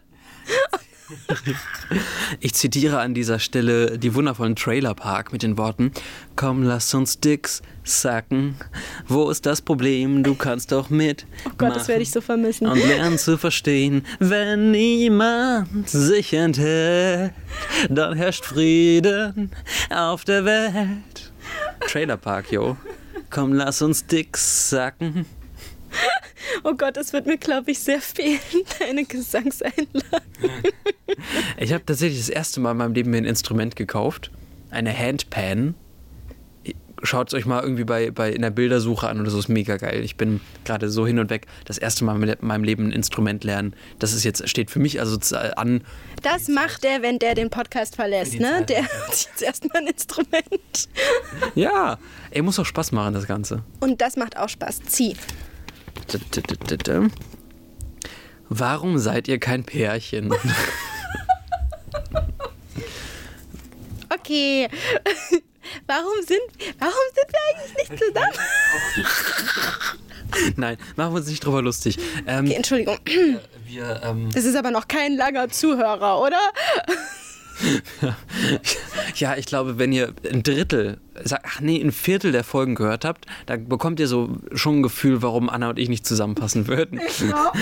Ich zitiere an dieser Stelle die wundervollen Trailer Park mit den Worten: Komm, lass uns Dicks sacken. Wo ist das Problem? Du kannst doch mit. Oh Gott, machen. Das werde ich so vermissen. Und lernen zu verstehen, wenn niemand sich enthält, dann herrscht Frieden auf der Welt. Trailer Park, yo. Komm, lass uns Dicks sacken. Oh Gott, das wird mir, glaube ich, sehr fehlen, deine Gesangseinlage. Ich habe tatsächlich das erste Mal in meinem Leben mir ein Instrument gekauft. Eine Handpan. schaut es euch mal irgendwie bei, bei in der Bildersuche an oder so, ist mega geil. Ich bin gerade so hin und weg, das erste Mal in meinem Leben ein Instrument lernen. Das ist jetzt, steht für mich also an. Das macht der, wenn der den Podcast verlässt, ne? Der zieht jetzt erstmal ein Instrument. Ja, ey, muss auch Spaß machen, das Ganze. Und das macht auch Spaß. Zieh. Warum seid ihr kein Pärchen? Okay. Warum sind, warum sind wir eigentlich nicht zusammen? Nein, machen wir uns nicht drüber lustig. Ähm, okay, Entschuldigung. Wir, ähm, das ist aber noch kein langer Zuhörer, oder? Ja, ich glaube, wenn ihr ein Drittel, ach nee, ein Viertel der Folgen gehört habt, da bekommt ihr so schon ein Gefühl, warum Anna und ich nicht zusammenpassen würden. Ja.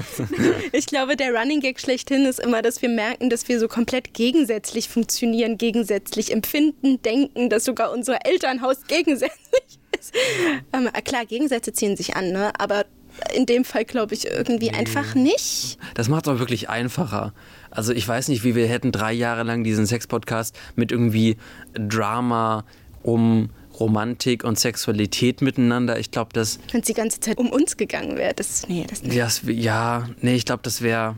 Ich glaube, der Running Gag schlechthin ist immer, dass wir merken, dass wir so komplett gegensätzlich funktionieren, gegensätzlich empfinden, denken, dass sogar unser Elternhaus gegensätzlich ist. Ähm, klar, Gegensätze ziehen sich an, ne? Aber in dem Fall glaube ich irgendwie nee. einfach nicht. Das macht es auch wirklich einfacher. Also ich weiß nicht, wie wir hätten drei Jahre lang diesen Sex-Podcast mit irgendwie Drama um Romantik und Sexualität miteinander. Ich glaube, das... Wenn es die ganze Zeit um uns gegangen wäre, das... Nee, das nicht. Das, ja, nee, ich glaube, das wäre...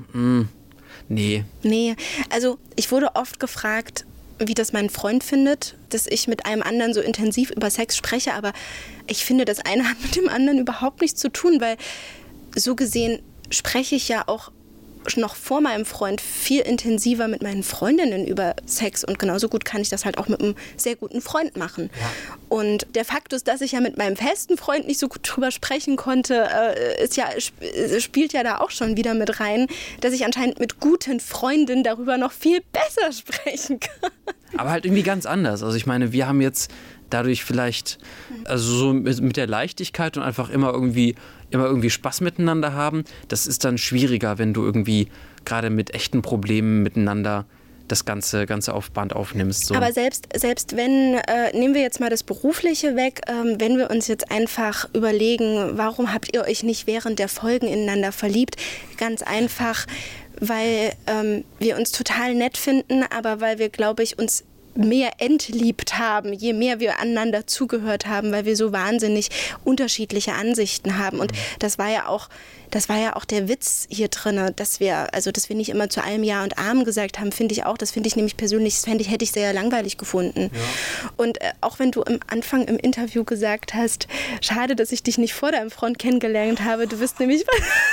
Nee. Nee, also ich wurde oft gefragt, wie das mein Freund findet, dass ich mit einem anderen so intensiv über Sex spreche, aber ich finde, das eine hat mit dem anderen überhaupt nichts zu tun, weil so gesehen spreche ich ja auch noch vor meinem Freund viel intensiver mit meinen Freundinnen über Sex und genauso gut kann ich das halt auch mit einem sehr guten Freund machen. Ja. Und der Fakt ist, dass ich ja mit meinem festen Freund nicht so gut drüber sprechen konnte, äh, ist ja, sp- spielt ja da auch schon wieder mit rein, dass ich anscheinend mit guten Freundinnen darüber noch viel besser sprechen kann. Aber halt irgendwie ganz anders. Also ich meine, wir haben jetzt dadurch vielleicht, also so mit der Leichtigkeit und einfach immer irgendwie, immer irgendwie Spaß miteinander haben, das ist dann schwieriger, wenn du irgendwie gerade mit echten Problemen miteinander das ganze, ganze auf Band aufnimmst. So. Aber selbst, selbst wenn, äh, nehmen wir jetzt mal das Berufliche weg, ähm, wenn wir uns jetzt einfach überlegen, warum habt ihr euch nicht während der Folgen ineinander verliebt? Ganz einfach, weil ähm, wir uns total nett finden, aber weil wir, glaube ich, uns mehr entliebt haben, je mehr wir aneinander zugehört haben, weil wir so wahnsinnig unterschiedliche Ansichten haben. Und das war ja auch, das war ja auch der Witz hier drin, dass wir, also dass wir nicht immer zu allem Ja und Amen gesagt haben, finde ich auch. Das finde ich nämlich persönlich, das fände ich, hätte ich sehr langweilig gefunden. Ja. Und äh, auch wenn du am Anfang im Interview gesagt hast, schade, dass ich dich nicht vor deinem Freund kennengelernt habe, du bist nämlich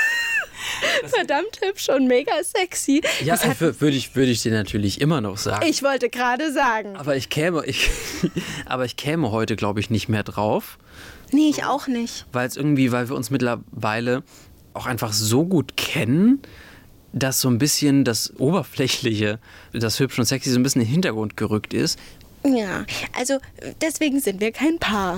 verdammt hübsch und mega sexy. Ja, würde ich, würd ich dir natürlich immer noch sagen. Ich wollte gerade sagen. Aber ich käme, ich, aber ich käme heute, glaube ich, nicht mehr drauf. Nee, ich auch nicht. Weil es irgendwie, weil wir uns mittlerweile auch einfach so gut kennen, dass so ein bisschen das Oberflächliche, das hübsch und sexy so ein bisschen in den Hintergrund gerückt ist. Ja, also deswegen sind wir kein Paar.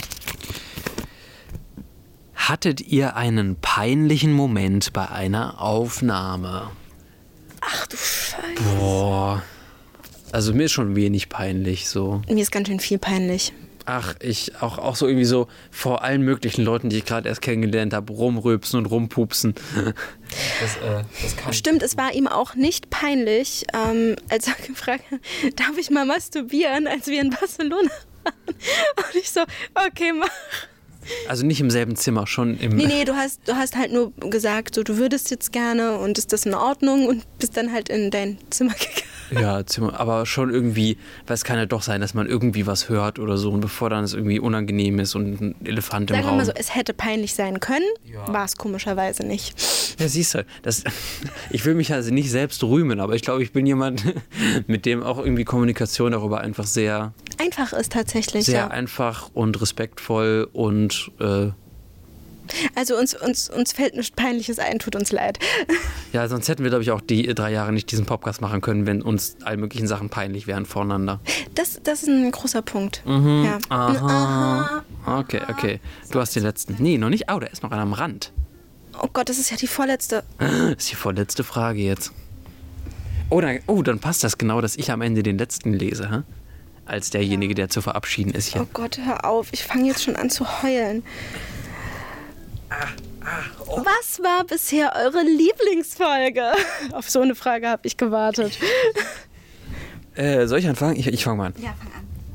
Hattet ihr einen peinlichen Moment bei einer Aufnahme? Ach du Scheiße. Boah. Also mir ist schon wenig peinlich so. Mir ist ganz schön viel peinlich. Ach, ich auch, auch so irgendwie so vor allen möglichen Leuten, die ich gerade erst kennengelernt habe, rumrülpsen und rumpupsen. Das, äh, das kann Stimmt, es war ihm auch nicht peinlich, ähm, als er gefragt hat, darf ich mal masturbieren, als wir in Barcelona waren? Und ich so, okay, mach. Also nicht im selben Zimmer, schon im... Nee, nee, du hast, du hast halt nur gesagt, so, du würdest jetzt gerne und ist das in Ordnung und bist dann halt in dein Zimmer gegangen. Ja, Zimmer, aber schon irgendwie, weil es kann ja doch sein, dass man irgendwie was hört oder so und bevor dann es irgendwie unangenehm ist und ein Elefant im Sagen Raum. wir mal so, es hätte peinlich sein können, ja. War es komischerweise nicht. Ja, siehst du, das, ich will mich also nicht selbst rühmen, aber ich glaube, ich bin jemand, mit dem auch irgendwie Kommunikation darüber einfach sehr... Einfach ist tatsächlich, Sehr ja. einfach und respektvoll und... Äh, Also uns, uns, uns fällt nichts Peinliches ein, tut uns leid. Ja, sonst hätten wir, glaube ich, auch die drei Jahre nicht diesen Podcast machen können, wenn uns all möglichen Sachen peinlich wären voreinander. Das, das ist ein großer Punkt. Mhm. Ja. Aha. Aha. Okay, okay. Du hast den letzten. Nee, noch nicht. Oh, da ist noch einer am Rand. Oh Gott, das ist ja die vorletzte. Das ist die vorletzte Frage jetzt. Oh dann, oh, dann passt das genau, dass ich am Ende den letzten lese, hä? Als derjenige, der zu verabschieden ist hier. Oh Gott, hör auf. Ich fange jetzt schon an zu heulen. Ah, ah, oh. Was war bisher eure Lieblingsfolge? Auf so eine Frage habe ich gewartet. Äh, soll ich anfangen? Ich, ich fange mal an. Ja, fang an.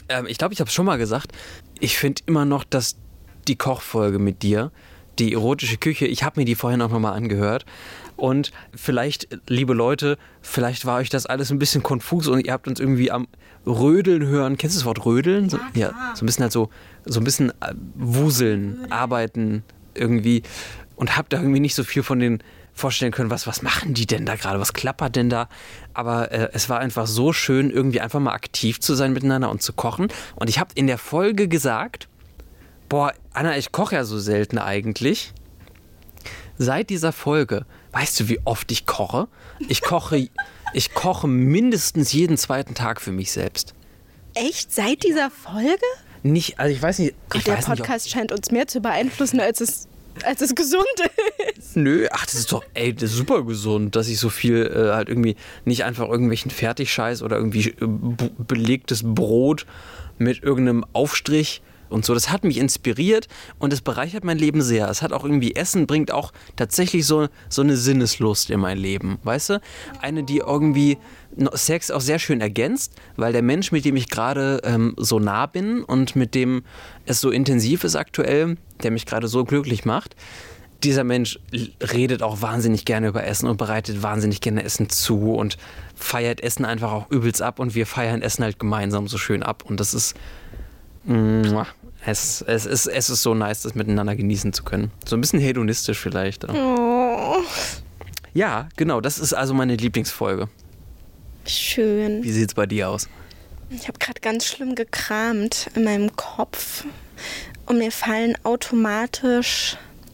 Ähm, ich glaube, ich habe es schon mal gesagt. Ich finde immer noch, dass die Kochfolge mit dir, die erotische Küche, ich habe mir die vorhin auch nochmal angehört. Und vielleicht, liebe Leute, vielleicht war euch das alles ein bisschen konfus und ihr habt uns irgendwie am Rödeln hören. Kennst du das Wort Rödeln? So, ja, so ein bisschen halt so, so ein bisschen äh, wuseln, arbeiten irgendwie. Und habt da irgendwie nicht so viel von den vorstellen können, was, was machen die denn da gerade, was klappert denn da? Aber äh, es war einfach so schön, irgendwie einfach mal aktiv zu sein miteinander und zu kochen. Und ich habe in der Folge gesagt, boah, Anna, ich koche ja so selten eigentlich. Seit dieser Folge, weißt du, wie oft ich koche? Ich koche, ich koche mindestens jeden zweiten Tag für mich selbst. Echt? Seit dieser Folge? Nicht, also ich weiß nicht. Gott, ich der weiß Podcast nicht, scheint uns mehr zu beeinflussen, als es, als es gesund ist. Nö, ach, das ist doch, ey, das ist super gesund, dass ich so viel äh, halt irgendwie nicht einfach irgendwelchen Fertigscheiß oder irgendwie äh, b- belegtes Brot mit irgendeinem Aufstrich und so. Das hat mich inspiriert und es bereichert mein Leben sehr. Es hat auch irgendwie, Essen bringt auch tatsächlich so, so eine Sinneslust in mein Leben, weißt du? Eine, die irgendwie Sex auch sehr schön ergänzt, weil der Mensch, mit dem ich gerade ähm, so nah bin und mit dem es so intensiv ist aktuell, der mich gerade so glücklich macht, dieser Mensch redet auch wahnsinnig gerne über Essen und bereitet wahnsinnig gerne Essen zu und feiert Essen einfach auch übelst ab und wir feiern Essen halt gemeinsam so schön ab und das ist muah, es, es, ist, es ist so nice, das miteinander genießen zu können. So ein bisschen hedonistisch vielleicht. Oh. Ja, genau, das ist also meine Lieblingsfolge. Schön. Wie sieht's bei dir aus? Ich habe gerade ganz schlimm gekramt in meinem Kopf und mir fallen automatisch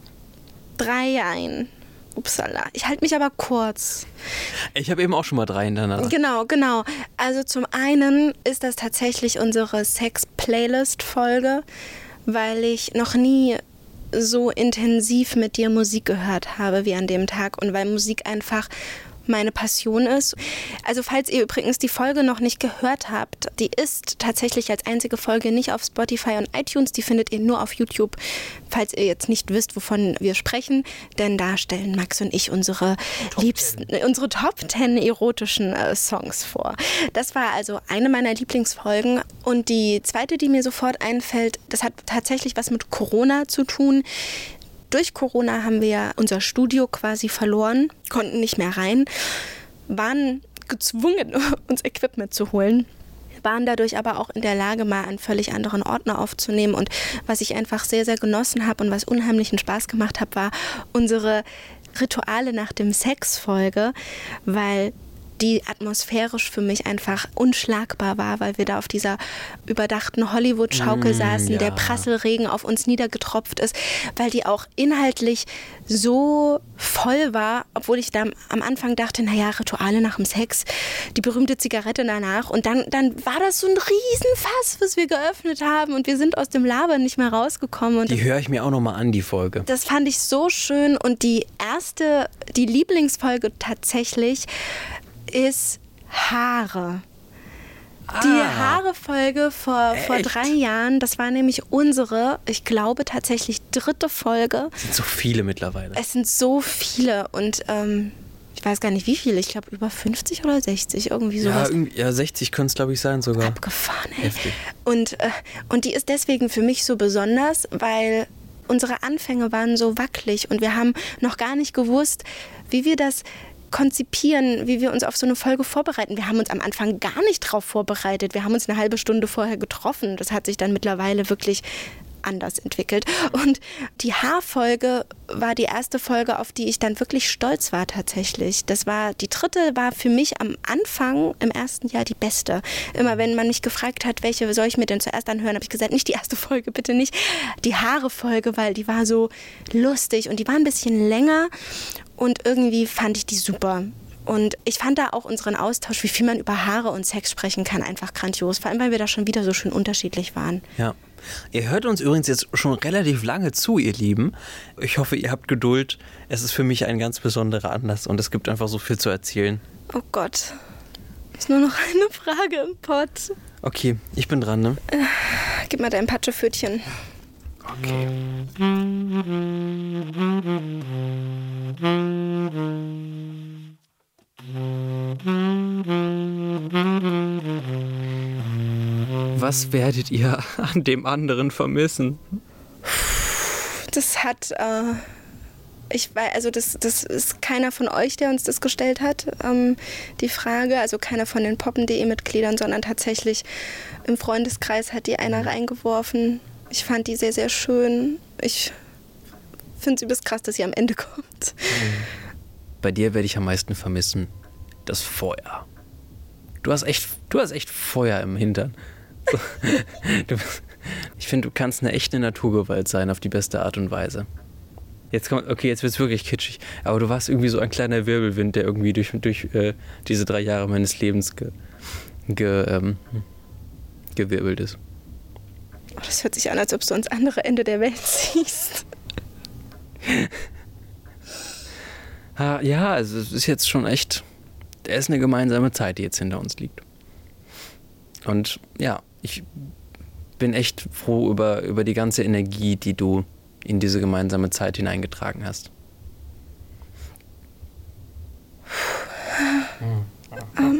drei ein. Upsala. Ich halte mich aber kurz. Ich habe eben auch schon mal drei hintereinander. Genau, genau. Also zum einen ist das tatsächlich unsere Sex-Playlist-Folge, weil ich noch nie so intensiv mit dir Musik gehört habe wie an dem Tag und weil Musik einfach meine Passion ist. Also falls ihr übrigens die Folge noch nicht gehört habt, die ist tatsächlich als einzige Folge nicht auf Spotify und iTunes, die findet ihr nur auf YouTube, falls ihr jetzt nicht wisst, wovon wir sprechen, denn da stellen Max und ich unsere Top liebsten, ten. unsere Top zehn erotischen äh, Songs vor. Das war also eine meiner Lieblingsfolgen und die zweite, die mir sofort einfällt, das hat tatsächlich was mit Corona zu tun. Durch Corona haben wir unser Studio quasi verloren, konnten nicht mehr rein, waren gezwungen, uns Equipment zu holen, waren dadurch aber auch in der Lage, mal einen völlig anderen Ordner aufzunehmen. Und was ich einfach sehr, sehr genossen habe und was unheimlichen Spaß gemacht hat, war unsere Rituale nach dem Sex-Folge, weil die atmosphärisch für mich einfach unschlagbar war, weil wir da auf dieser überdachten Hollywood-Schaukel mm, saßen, ja. Der Prasselregen auf uns niedergetropft ist, weil die auch inhaltlich so voll war, obwohl ich da am Anfang dachte, naja, Rituale nach dem Sex, die berühmte Zigarette danach und dann, dann war das so ein Riesenfass, was wir geöffnet haben und wir sind aus dem Labern nicht mehr rausgekommen. Und die höre ich mir auch nochmal an, die Folge. Das fand ich so schön und die erste, die Lieblingsfolge tatsächlich ist Haare. Ah, die Haare-Folge vor, vor drei Jahren, das war nämlich unsere, ich glaube tatsächlich dritte Folge. Es sind so viele mittlerweile. Es sind so viele und ähm, ich weiß gar nicht wie viele, ich glaube über fünfzig oder sechzig, irgendwie sowas. Ja, ja sechzig können es glaube ich sein sogar. Abgefahren, ey. Heftig. Und, äh, und die ist deswegen für mich so besonders, weil unsere Anfänge waren so wackelig und wir haben noch gar nicht gewusst, wie wir das konzipieren, wie wir uns auf so eine Folge vorbereiten. Wir haben uns am Anfang gar nicht drauf vorbereitet. Wir haben uns eine halbe Stunde vorher getroffen. Das hat sich dann mittlerweile wirklich anders entwickelt. Und die Haarfolge war die erste Folge, auf die ich dann wirklich stolz war tatsächlich. Das war, die dritte war für mich am Anfang im ersten Jahr die beste. Immer wenn man mich gefragt hat, welche soll ich mir denn zuerst anhören, habe ich gesagt, nicht die erste Folge, bitte nicht. Die Haare-Folge, weil die war so lustig und die war ein bisschen länger und irgendwie fand ich die super. Und ich fand da auch unseren Austausch, wie viel man über Haare und Sex sprechen kann, einfach grandios. Vor allem, weil wir da schon wieder so schön unterschiedlich waren. Ja. Ihr hört uns übrigens jetzt schon relativ lange zu, ihr Lieben. Ich hoffe, ihr habt Geduld. Es ist für mich ein ganz besonderer Anlass und es gibt einfach so viel zu erzählen. Oh Gott. Ist nur noch eine Frage im Pott. Okay, ich bin dran, ne? Äh, gib mal dein Patschepfötchen. Okay. was werdet ihr an dem anderen vermissen? Das hat, äh, ich weiß, also das, das ist keiner von euch, der uns das gestellt hat, ähm, die Frage, also keiner von den poppen punkt de Mitgliedern, sondern tatsächlich im Freundeskreis hat die einer reingeworfen. Ich fand die sehr, sehr schön. Ich finde es übelst krass, dass sie am Ende kommt. Bei dir werde ich am meisten vermissen das Feuer. Du hast echt, du hast echt Feuer im Hintern. So. Du, ich finde, du kannst eine echte Naturgewalt sein auf die beste Art und Weise. Jetzt kommt, okay, jetzt wird es wirklich kitschig, aber du warst irgendwie so ein kleiner Wirbelwind, der irgendwie durch, durch äh, diese drei Jahre meines Lebens ge, ge, ähm, gewirbelt ist. Oh, das hört sich an, als ob du ans andere Ende der Welt ziehst. Ja, also es ist jetzt schon echt, es ist eine gemeinsame Zeit, die jetzt hinter uns liegt. Und ja, ich bin echt froh über, über die ganze Energie, die du in diese gemeinsame Zeit hineingetragen hast. Um,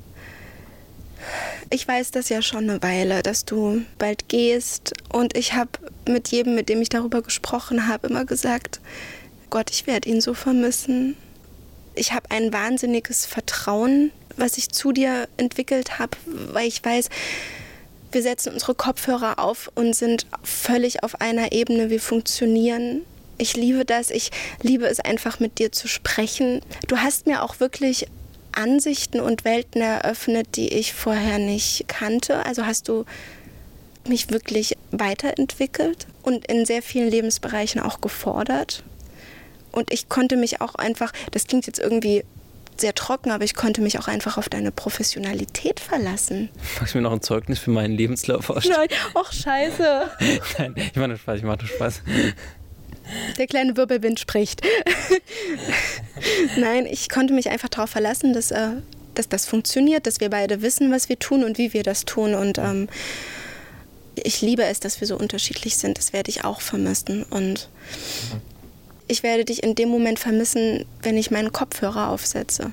ich weiß das ja schon eine Weile, dass du bald gehst. Und ich habe mit jedem, mit dem ich darüber gesprochen habe, immer gesagt, Gott, ich werde ihn so vermissen. Ich habe ein wahnsinniges Vertrauen, was ich zu dir entwickelt habe, weil ich weiß, wir setzen unsere Kopfhörer auf und sind völlig auf einer Ebene. Wir funktionieren. Ich liebe das. Ich liebe es einfach, mit dir zu sprechen. Du hast mir auch wirklich Ansichten und Welten eröffnet, die ich vorher nicht kannte. Also hast du mich wirklich weiterentwickelt und in sehr vielen Lebensbereichen auch gefordert. Und ich konnte mich auch einfach, das klingt jetzt irgendwie sehr trocken, aber ich konnte mich auch einfach auf deine Professionalität verlassen. Magst du mir noch ein Zeugnis für meinen Lebenslauf vorstellen? Nein, ach scheiße. Nein, ich mache nur Spaß, ich mache nur Spaß. Der kleine Wirbelwind spricht. Nein, ich konnte mich einfach darauf verlassen, dass, äh, dass das funktioniert, dass wir beide wissen, was wir tun und wie wir das tun. Und ähm, ich liebe es, dass wir so unterschiedlich sind. Das werde ich auch vermissen. Und ich werde dich in dem Moment vermissen, wenn ich meinen Kopfhörer aufsetze.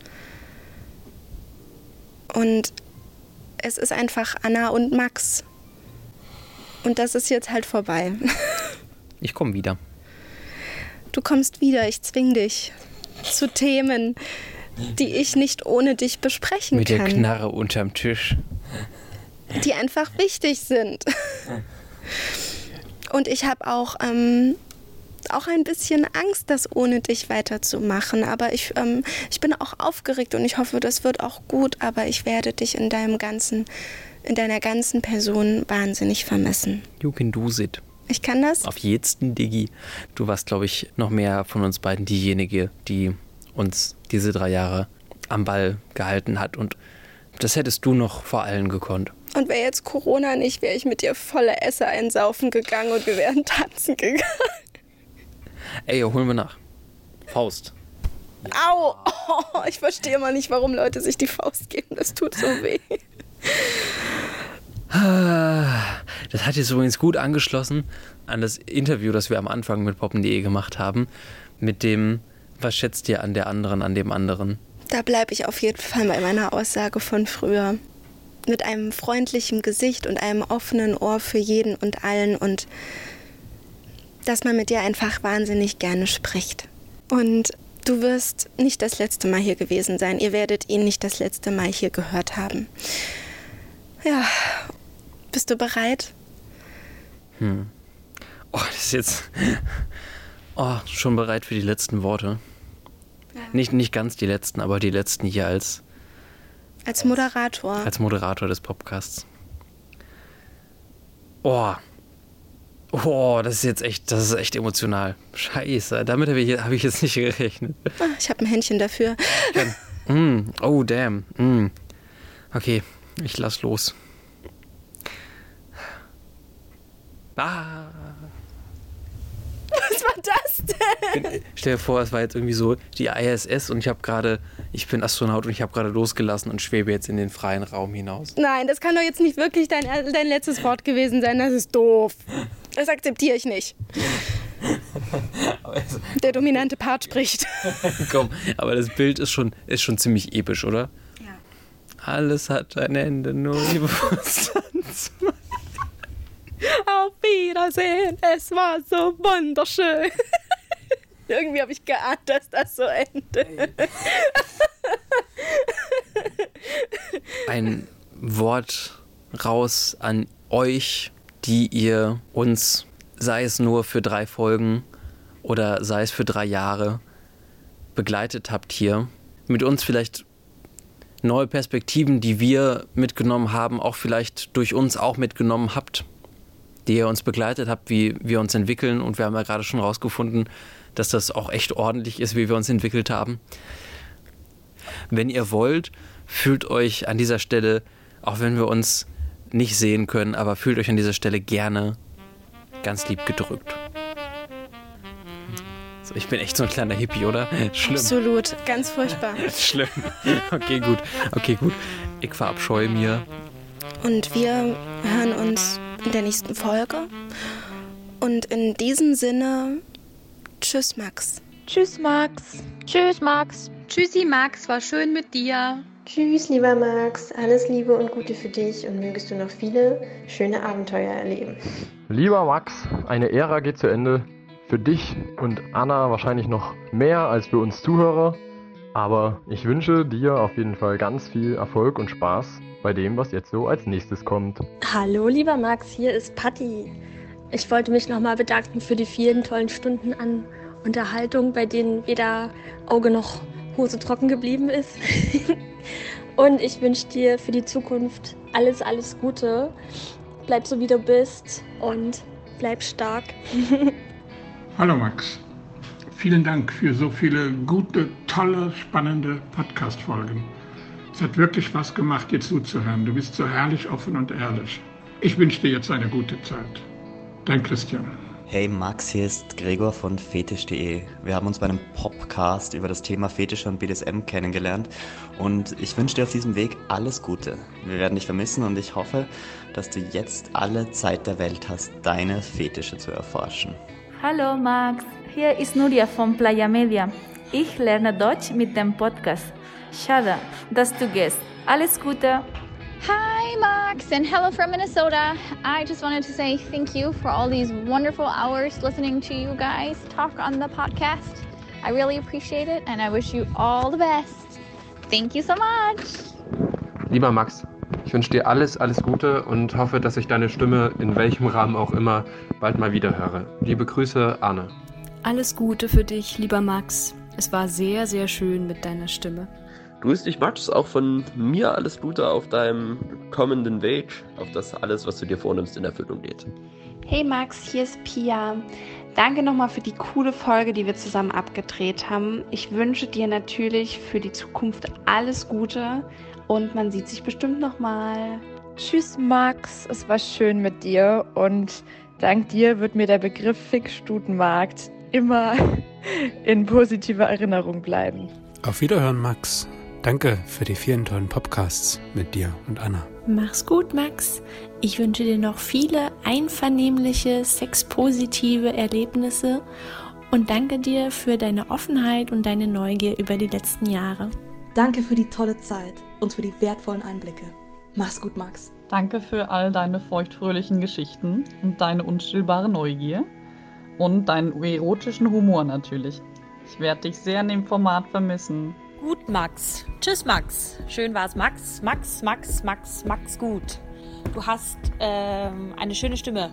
Und es ist einfach Anna und Max. Und das ist jetzt halt vorbei. Ich komme wieder. Du kommst wieder, ich zwing dich zu Themen, die ich nicht ohne dich besprechen Mit kann. der Knarre unterm Tisch. Die einfach wichtig sind. Und ich habe auch, ähm, auch ein bisschen Angst, das ohne dich weiterzumachen. Aber ich, ähm, ich bin auch aufgeregt und ich hoffe, das wird auch gut. Aber ich werde dich in deinem ganzen, in deiner ganzen Person wahnsinnig vermissen. You can do it. Ich kann das? Auf jeden Digi. Du warst, glaube ich, noch mehr von uns beiden diejenige, die uns diese drei Jahre am Ball gehalten hat. Und das hättest du noch vor allen gekonnt. Und wäre jetzt Corona nicht, wäre ich mit dir volle Esse einsaufen gegangen und wir wären tanzen gegangen. Ey, holen wir nach. Faust. Au! Oh, ich verstehe immer nicht, warum Leute sich die Faust geben. Das tut so weh. Das hat jetzt übrigens gut angeschlossen an das Interview, das wir am Anfang mit poppen punkt de gemacht haben. Mit dem, was schätzt ihr an der anderen, an dem anderen? Da bleibe ich auf jeden Fall bei meiner Aussage von früher. Mit einem freundlichen Gesicht und einem offenen Ohr für jeden und allen und dass man mit dir einfach wahnsinnig gerne spricht. Und du wirst nicht das letzte Mal hier gewesen sein. Ihr werdet ihn nicht das letzte Mal hier gehört haben. Ja, bist du bereit? Hm. Oh, das ist jetzt... Oh, schon bereit für die letzten Worte. Ja. Nicht, nicht ganz die letzten, aber die letzten hier als... Als Moderator. Als Moderator des Podcasts. Oh. Oh, das ist jetzt echt, das ist echt emotional. Scheiße, damit habe ich, hab ich jetzt nicht gerechnet. Ich habe ein Händchen dafür. mm, oh, damn. Mm. Okay, ich lass los. Ah. Was war das denn? Stell dir vor, es war jetzt irgendwie so die I S S und ich habe gerade, ich bin Astronaut und ich habe gerade losgelassen und schwebe jetzt in den freien Raum hinaus. Nein, das kann doch jetzt nicht wirklich dein, dein letztes Wort gewesen sein. Das ist doof. Das akzeptiere ich nicht. Der dominante Part spricht. Komm, aber das Bild ist schon, ist schon ziemlich episch, oder? Ja. Alles hat ein Ende, nur die Bewusstsein. Auf Wiedersehen, es war so wunderschön. Irgendwie habe ich geahnt, dass das so endet. Ein Wort raus an euch, die ihr uns, sei es nur für drei Folgen oder sei es für drei Jahre, begleitet habt hier. Mit uns vielleicht neue Perspektiven, die wir mitgenommen haben, auch vielleicht durch uns auch mitgenommen habt, die ihr uns begleitet habt, wie wir uns entwickeln. Und wir haben ja gerade schon rausgefunden, dass das auch echt ordentlich ist, wie wir uns entwickelt haben. Wenn ihr wollt, fühlt euch an dieser Stelle, auch wenn wir uns nicht sehen können, aber fühlt euch an dieser Stelle gerne ganz lieb gedrückt. So, ich bin echt so ein kleiner Hippie, oder? Schlimm. Absolut, ganz furchtbar. Schlimm. Okay, gut. Okay, gut. Ich verabscheue mir. Und wir hören uns in der nächsten Folge. Und in diesem Sinne, tschüss Max. Tschüss Max. Tschüss, Max. Tschüssi, Max. War schön mit dir. Tschüss, lieber Max. Alles Liebe und Gute für dich und mögest du noch viele schöne Abenteuer erleben. Lieber Max, eine Ära geht zu Ende. Für dich und Anna wahrscheinlich noch mehr als für uns Zuhörer. Aber ich wünsche dir auf jeden Fall ganz viel Erfolg und Spaß bei dem, was jetzt so als nächstes kommt. Hallo, lieber Max, hier ist Patti. Ich wollte mich nochmal bedanken für die vielen tollen Stunden an Unterhaltung, bei denen weder Auge noch Hose trocken geblieben ist. Und ich wünsche dir für die Zukunft alles, alles Gute. Bleib so, wie du bist und bleib stark. Hallo Max, vielen Dank für so viele gute, tolle, spannende Podcast-Folgen. Es hat wirklich Spaß gemacht, dir zuzuhören. Du bist so herrlich offen und ehrlich. Ich wünsche dir jetzt eine gute Zeit. Dein Christian. Hey Max, hier ist Gregor von fetisch punkt de. Wir haben uns bei einem Podcast über das Thema Fetische und B D S M kennengelernt und ich wünsche dir auf diesem Weg alles Gute. Wir werden dich vermissen und ich hoffe, dass du jetzt alle Zeit der Welt hast, deine Fetische zu erforschen. Hallo Max, hier ist Nuria von Playa Media. Ich lerne Deutsch mit dem Podcast. Schade, dass du gehst. Alles Gute. Hi Max and hello from Minnesota. I just wanted to say thank you for all these wonderful hours listening to you guys talk on the podcast. I really appreciate it and I wish you all the best. Thank you so much. Lieber Max, ich wünsche dir alles, alles Gute und hoffe, dass ich deine Stimme in welchem Rahmen auch immer bald mal wieder höre. Liebe Grüße, Arne. Alles Gute für dich, lieber Max. Es war sehr, sehr schön mit deiner Stimme. Grüß dich, Max. Auch von mir alles Gute auf deinem kommenden Weg, auf das alles, was du dir vornimmst, in Erfüllung geht. Hey Max, hier ist Pia. Danke nochmal für die coole Folge, die wir zusammen abgedreht haben. Ich wünsche dir natürlich für die Zukunft alles Gute und man sieht sich bestimmt nochmal. Tschüss Max, es war schön mit dir und dank dir wird mir der Begriff Fickstutenmarkt immer in positiver Erinnerung bleiben. Auf Wiederhören, Max. Danke für die vielen tollen Podcasts mit dir und Anna. Mach's gut, Max. Ich wünsche dir noch viele einvernehmliche, sexpositive Erlebnisse und danke dir für deine Offenheit und deine Neugier über die letzten Jahre. Danke für die tolle Zeit und für die wertvollen Einblicke. Mach's gut, Max. Danke für all deine feuchtfröhlichen Geschichten und deine unstillbare Neugier und deinen erotischen Humor natürlich. Ich werde dich sehr in dem Format vermissen. Gut, Max. Tschüss, Max. Schön war's, Max. Max, Max, Max, Max, gut. Du hast ähm, eine schöne Stimme.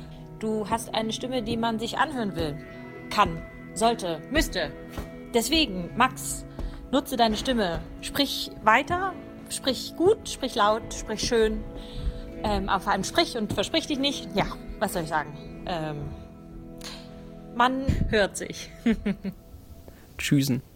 Du hast eine Stimme, die man sich anhören will. Kann, sollte, müsste. Deswegen, Max, nutze deine Stimme. Sprich weiter, sprich gut, sprich laut, sprich schön. Ähm, aber vor allem sprich und versprich dich nicht. Ja, was soll ich sagen? Ähm, man hört sich. Tschüssen.